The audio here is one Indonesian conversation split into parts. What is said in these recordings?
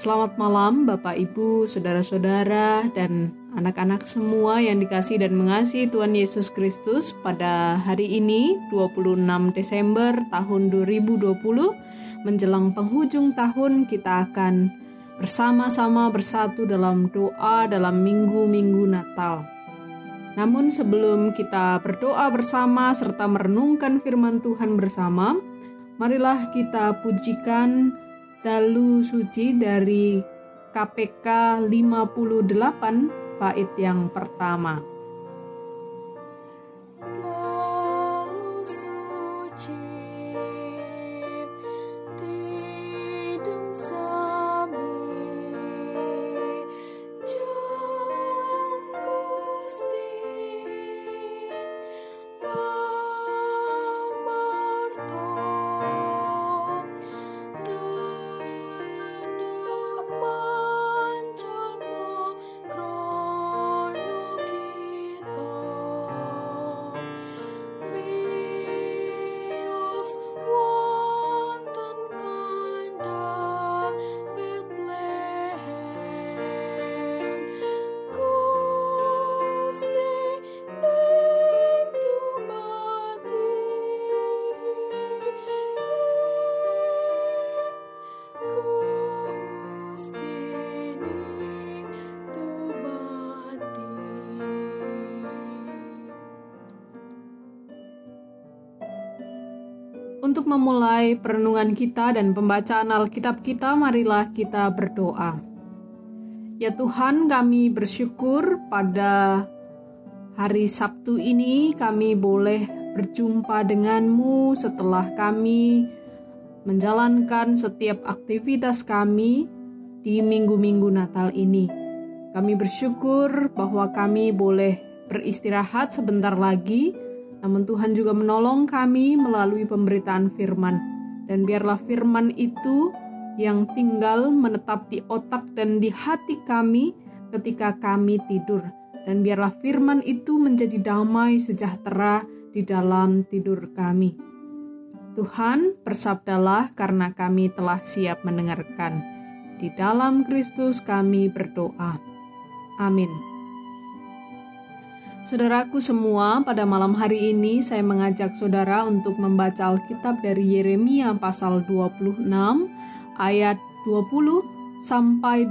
Selamat malam Bapak Ibu, Saudara-saudara, dan anak-anak semua yang dikasihi dan mengasihi Tuhan Yesus Kristus. Pada hari ini 26 Desember tahun 2020 menjelang penghujung tahun, kita akan bersama-sama bersatu dalam doa dalam minggu-minggu Natal. Namun sebelum kita berdoa bersama serta merenungkan firman Tuhan bersama, marilah kita pujikan Dalu Suci dari KPK 58 bait yang pertama. Dalu suci, tidung sami, jang Gusti, pamarto. Untuk memulai perenungan kita dan pembacaan Alkitab kita, marilah kita berdoa. Ya Tuhan, kami bersyukur pada hari Sabtu ini kami boleh berjumpa denganmu setelah kami menjalankan setiap aktivitas kami di minggu-minggu Natal ini. Kami bersyukur bahwa kami boleh beristirahat sebentar lagi, namun Tuhan juga menolong kami melalui pemberitaan firman. Dan biarlah firman itu yang tinggal menetap di otak dan di hati kami ketika kami tidur. Dan biarlah firman itu menjadi damai sejahtera di dalam tidur kami. Tuhan, bersabdalah karena kami telah siap mendengarkan. Di dalam Kristus kami berdoa. Amin. Saudaraku semua, pada malam hari ini saya mengajak saudara untuk membaca Alkitab dari Yeremia pasal 26 ayat 20 sampai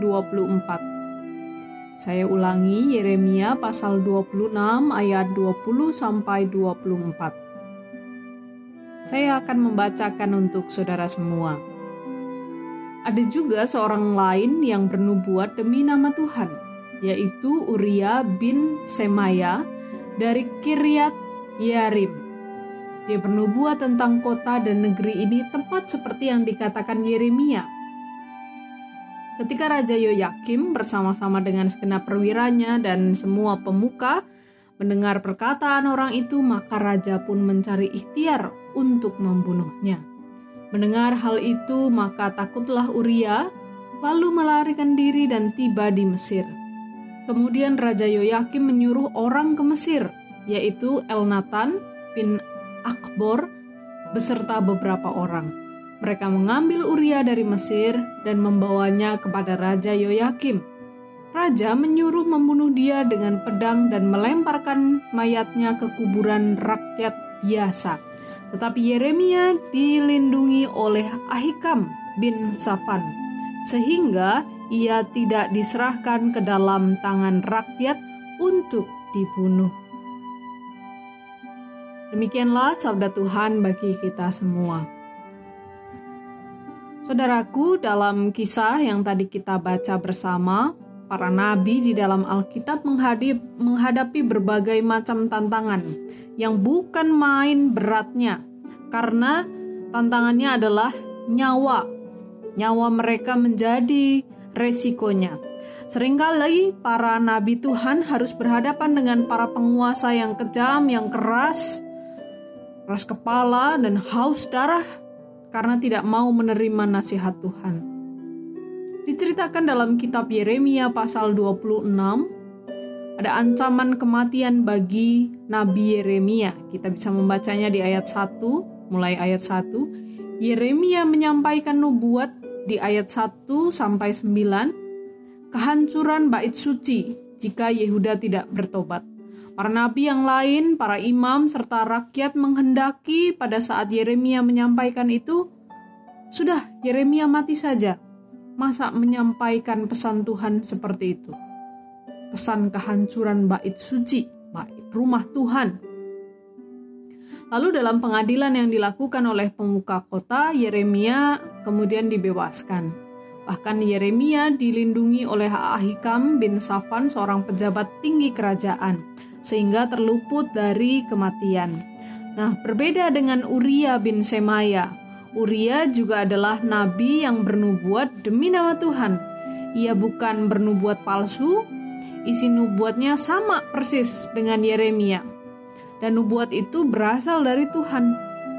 24. Saya ulangi, Yeremia pasal 26 ayat 20 sampai 24. Saya akan membacakan untuk saudara semua. Ada juga seorang lain yang bernubuat demi nama Tuhan, yaitu Uria bin Semaya dari Kiryat Yearim. Dia bernubuat tentang kota dan negeri ini tepat seperti yang dikatakan Yeremia. Ketika Raja Yoyakim bersama-sama dengan segenap perwiranya dan semua pemuka mendengar perkataan orang itu, maka raja pun mencari ikhtiar untuk membunuhnya. Mendengar hal itu, maka takutlah Uria, lalu melarikan diri dan tiba di Mesir. Kemudian Raja Yoyakim menyuruh orang ke Mesir, yaitu Elnatan bin Akbor beserta beberapa orang. Mereka mengambil Uria dari Mesir dan membawanya kepada Raja Yoyakim. Raja menyuruh membunuh dia dengan pedang dan melemparkan mayatnya ke kuburan rakyat biasa. Tetapi Yeremia dilindungi oleh Ahikam bin Safan, sehingga ia tidak diserahkan ke dalam tangan rakyat untuk dibunuh. Demikianlah sabda Tuhan bagi kita semua. Saudaraku, dalam kisah yang tadi kita baca bersama, para nabi di dalam Alkitab menghadapi berbagai macam tantangan yang bukan main beratnya, karena tantangannya adalah nyawa. Nyawa mereka menjadi resikonya. Seringkali para nabi Tuhan harus berhadapan dengan para penguasa yang kejam, yang keras kepala dan haus darah karena tidak mau menerima nasihat Tuhan. Diceritakan dalam kitab Yeremia pasal 26, ada ancaman kematian bagi Nabi Yeremia. Kita bisa membacanya di ayat 1, mulai ayat 1. Yeremia menyampaikan nubuat di ayat 1 sampai 9, kehancuran bait suci jika Yehuda tidak bertobat. Para nabi yang lain, para imam, serta rakyat menghendaki pada saat Yeremia menyampaikan itu, sudah Yeremia mati saja. Masa menyampaikan pesan Tuhan seperti itu? Pesan kehancuran bait suci, bait rumah Tuhan. Lalu dalam pengadilan yang dilakukan oleh pemuka kota, Yeremia kemudian dibebaskan. Bahkan Yeremia dilindungi oleh Ahikam bin Safan, seorang pejabat tinggi kerajaan, sehingga terluput dari kematian. Nah, berbeda dengan Uria bin Semaya. Uria juga adalah nabi yang bernubuat demi nama Tuhan. Ia bukan bernubuat palsu, isi nubuatnya sama persis dengan Yeremia. Dan nubuat itu berasal dari Tuhan.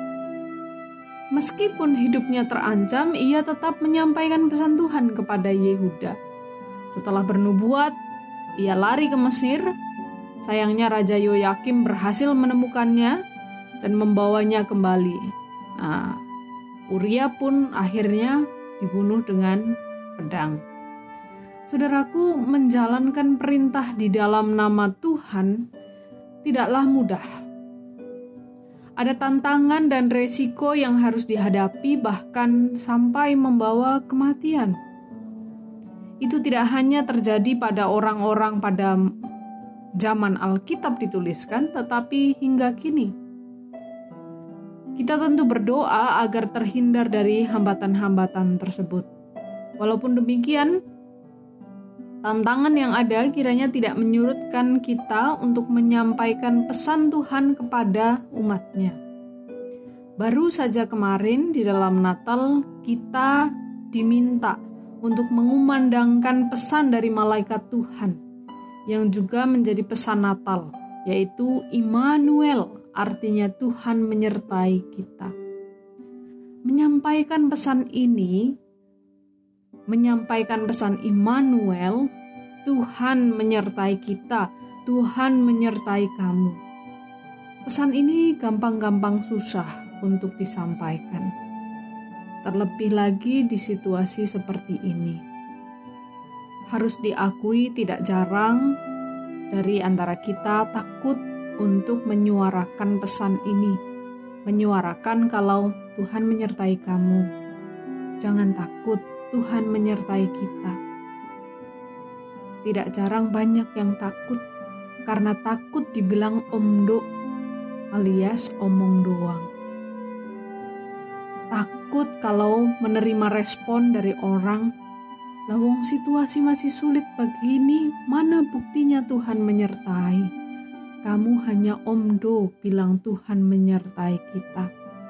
Meskipun hidupnya terancam, ia tetap menyampaikan pesan Tuhan kepada Yehuda. Setelah bernubuat, ia lari ke Mesir. Sayangnya Raja Yoyakim berhasil menemukannya dan membawanya kembali. Nah, Uria pun akhirnya dibunuh dengan pedang. Saudaraku, menjalankan perintah di dalam nama Tuhan tidaklah mudah. Ada tantangan dan resiko yang harus dihadapi, bahkan sampai membawa kematian. Itu tidak hanya terjadi pada orang-orang pada zaman Alkitab dituliskan, tetapi hingga kini. Kita tentu berdoa agar terhindar dari hambatan-hambatan tersebut. Walaupun demikian, tantangan yang ada kiranya tidak menyurutkan kita untuk menyampaikan pesan Tuhan kepada umat-Nya. Baru saja kemarin di dalam Natal kita diminta untuk mengumandangkan pesan dari malaikat Tuhan yang juga menjadi pesan Natal, yaitu Immanuel, artinya Tuhan menyertai kita. Menyampaikan pesan ini, menyampaikan pesan Immanuel, Tuhan menyertai kita, Tuhan menyertai kamu. Pesan ini gampang-gampang susah untuk disampaikan. Terlebih lagi di situasi seperti ini. Harus diakui tidak jarang dari antara kita takut untuk menyuarakan pesan ini. Menyuarakan kalau Tuhan menyertai kamu. Jangan takut, Tuhan menyertai kita. Tidak jarang banyak yang takut karena takut dibilang omdo alias omong doang. Takut kalau menerima respon dari orang, lawang situasi masih sulit begini, mana buktinya Tuhan menyertai? Kamu hanya omdo bilang Tuhan menyertai kita.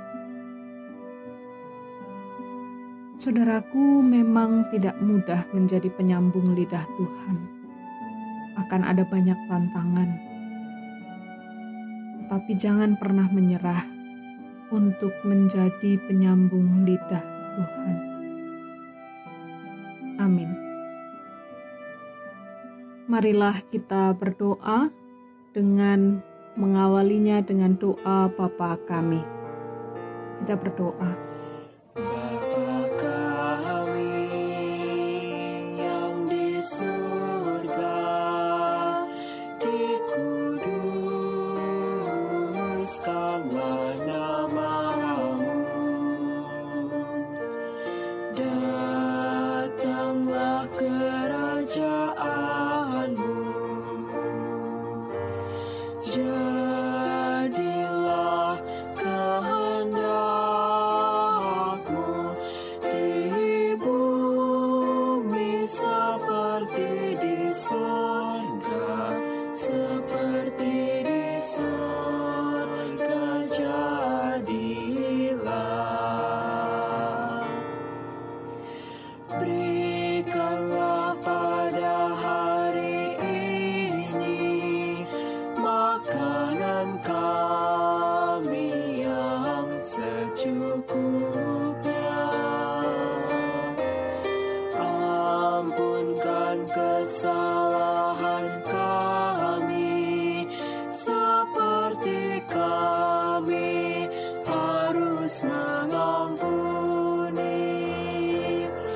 Saudaraku, memang tidak mudah menjadi penyambung lidah Tuhan. Akan ada banyak tantangan. Tetapi jangan pernah menyerah untuk menjadi penyambung lidah Tuhan. Amin. Marilah kita berdoa dengan mengawalinya dengan doa Bapa kami. Kita berdoa. Surga, dikuduskanlah nama-Mu, datanglah kerajaan-Mu, jadilah kehendak-Mu di bumi seperti di surga, seperti di surga jadilah. Berikanlah pada hari ini makanan kami yang secukupnya. Ampunkan kesalahan kami seperti kami harus mengampuni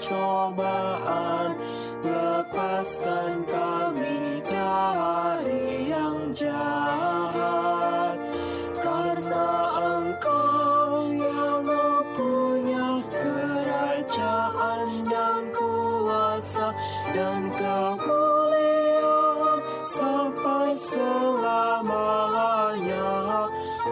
pencobaan, lepaskan kami dari yang jahat, karena Engkau yang mempunyai kerajaan dan kuasa dan kemuliaan sampai selamanya.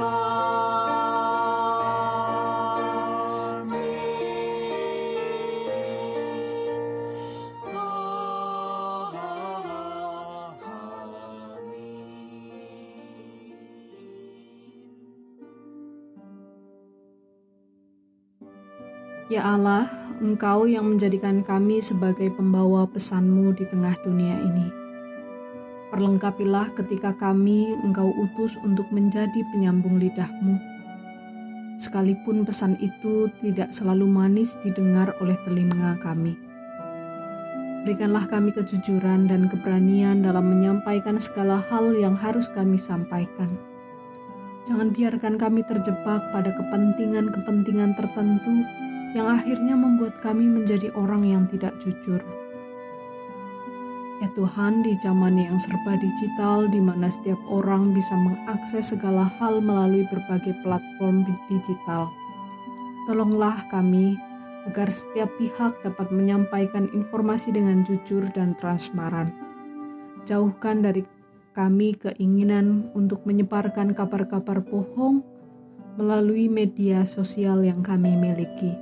Ya Allah, Engkau yang menjadikan kami sebagai pembawa pesan-Mu di tengah dunia ini. Perlengkapilah ketika kami Engkau utus untuk menjadi penyambung lidah-Mu. Sekalipun pesan itu tidak selalu manis didengar oleh telinga kami. Berikanlah kami kejujuran dan keberanian dalam menyampaikan segala hal yang harus kami sampaikan. Jangan biarkan kami terjebak pada kepentingan-kepentingan tertentu yang akhirnya membuat kami menjadi orang yang tidak jujur. Ya Tuhan, di zaman yang serba digital, di mana setiap orang bisa mengakses segala hal melalui berbagai platform digital, tolonglah kami agar setiap pihak dapat menyampaikan informasi dengan jujur dan transparan. Jauhkan dari kami keinginan untuk menyebarkan kabar-kabar bohong melalui media sosial yang kami miliki.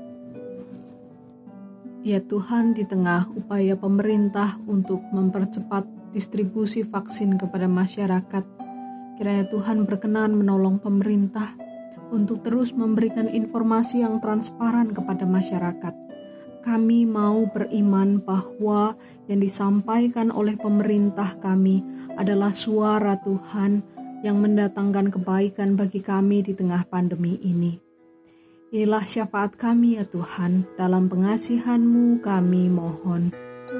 Ya Tuhan, di tengah upaya pemerintah untuk mempercepat distribusi vaksin kepada masyarakat, kiranya Tuhan berkenan menolong pemerintah untuk terus memberikan informasi yang transparan kepada masyarakat. Kami mau beriman bahwa yang disampaikan oleh pemerintah kami adalah suara Tuhan yang mendatangkan kebaikan bagi kami di tengah pandemi ini. Inilah syafaat kami ya Tuhan, dalam pengasihan-Mu kami mohon.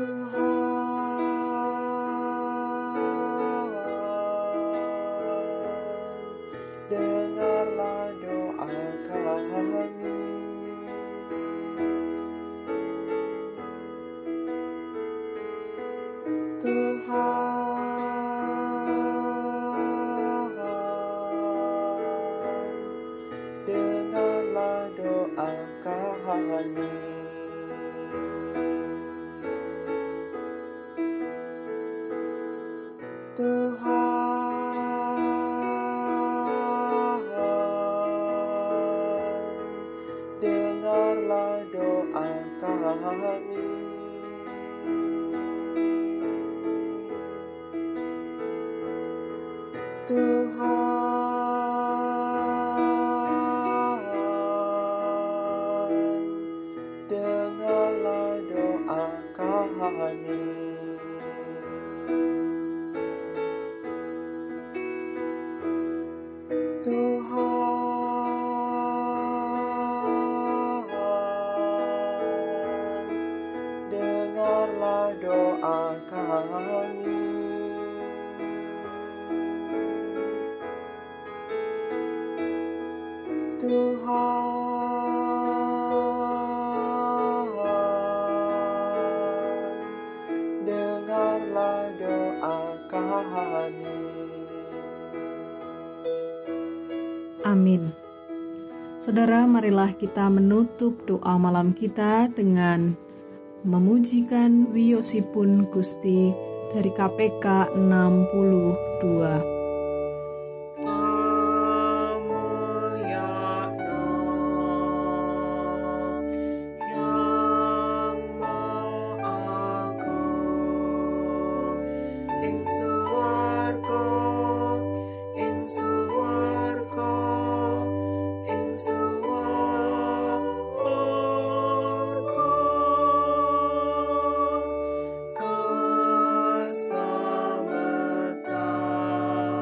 Tuhan, dengarlah doa kami. Dengarlah doa kami. Tuhan, dengarlah doa kami. Tuhan, dengarlah doa kami. Tuhan, dengarlah doa kami. Tuhan, dengarlah doa kami. Amin. Saudara, marilah kita menutup doa malam kita dengan memujikan Wiyosipun Gusti dari KPK 62. Selamat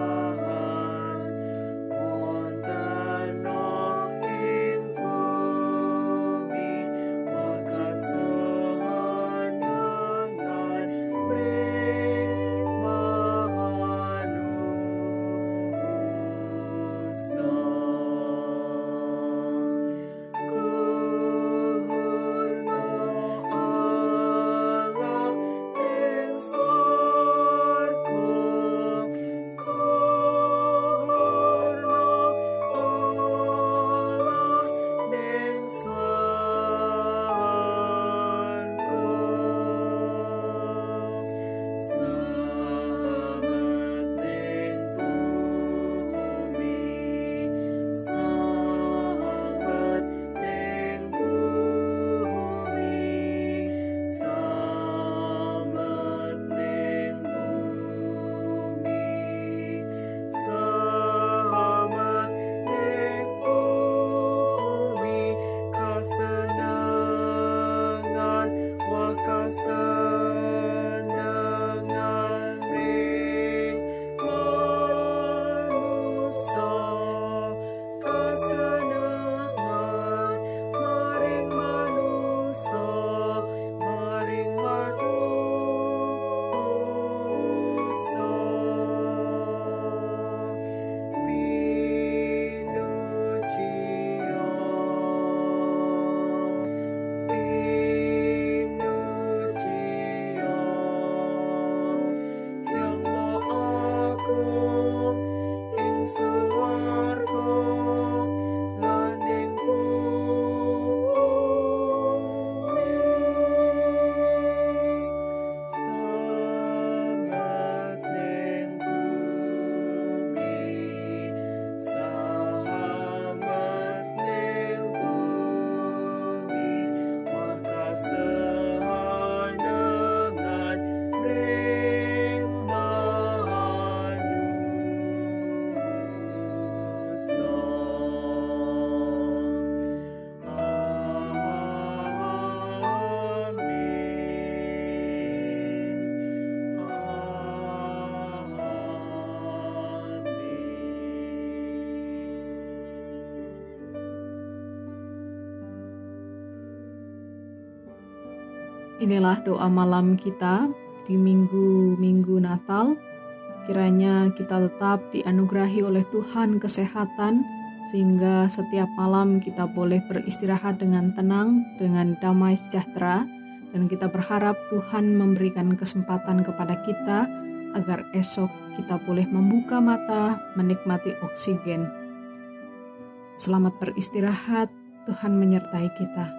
Inilah doa malam kita di minggu Natal. Kiranya kita tetap dianugerahi oleh Tuhan kesehatan, sehingga setiap malam kita boleh beristirahat dengan tenang, dengan damai sejahtera, dan kita berharap Tuhan memberikan kesempatan kepada kita agar esok kita boleh membuka mata, menikmati oksigen. Selamat beristirahat, Tuhan menyertai kita.